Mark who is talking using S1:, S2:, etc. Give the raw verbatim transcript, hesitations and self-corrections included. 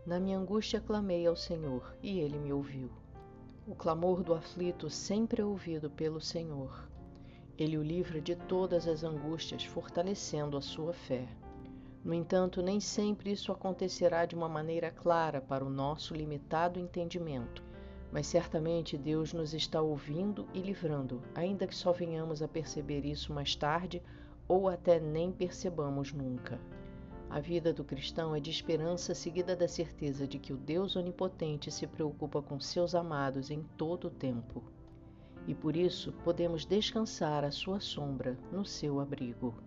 S1: Na minha angústia clamei ao Senhor, e Ele me ouviu. O clamor do aflito sempre é ouvido pelo Senhor. Ele o livra de todas as angústias, fortalecendo a sua fé. No entanto, nem sempre isso acontecerá de uma maneira clara para o nosso limitado entendimento, mas certamente Deus nos está ouvindo e livrando, ainda que só venhamos a perceber isso mais tarde ou até nem percebamos nunca. A vida do cristão é de esperança seguida da certeza de que o Deus onipotente se preocupa com seus amados em todo o tempo. E por isso podemos descansar à sua sombra, no seu abrigo.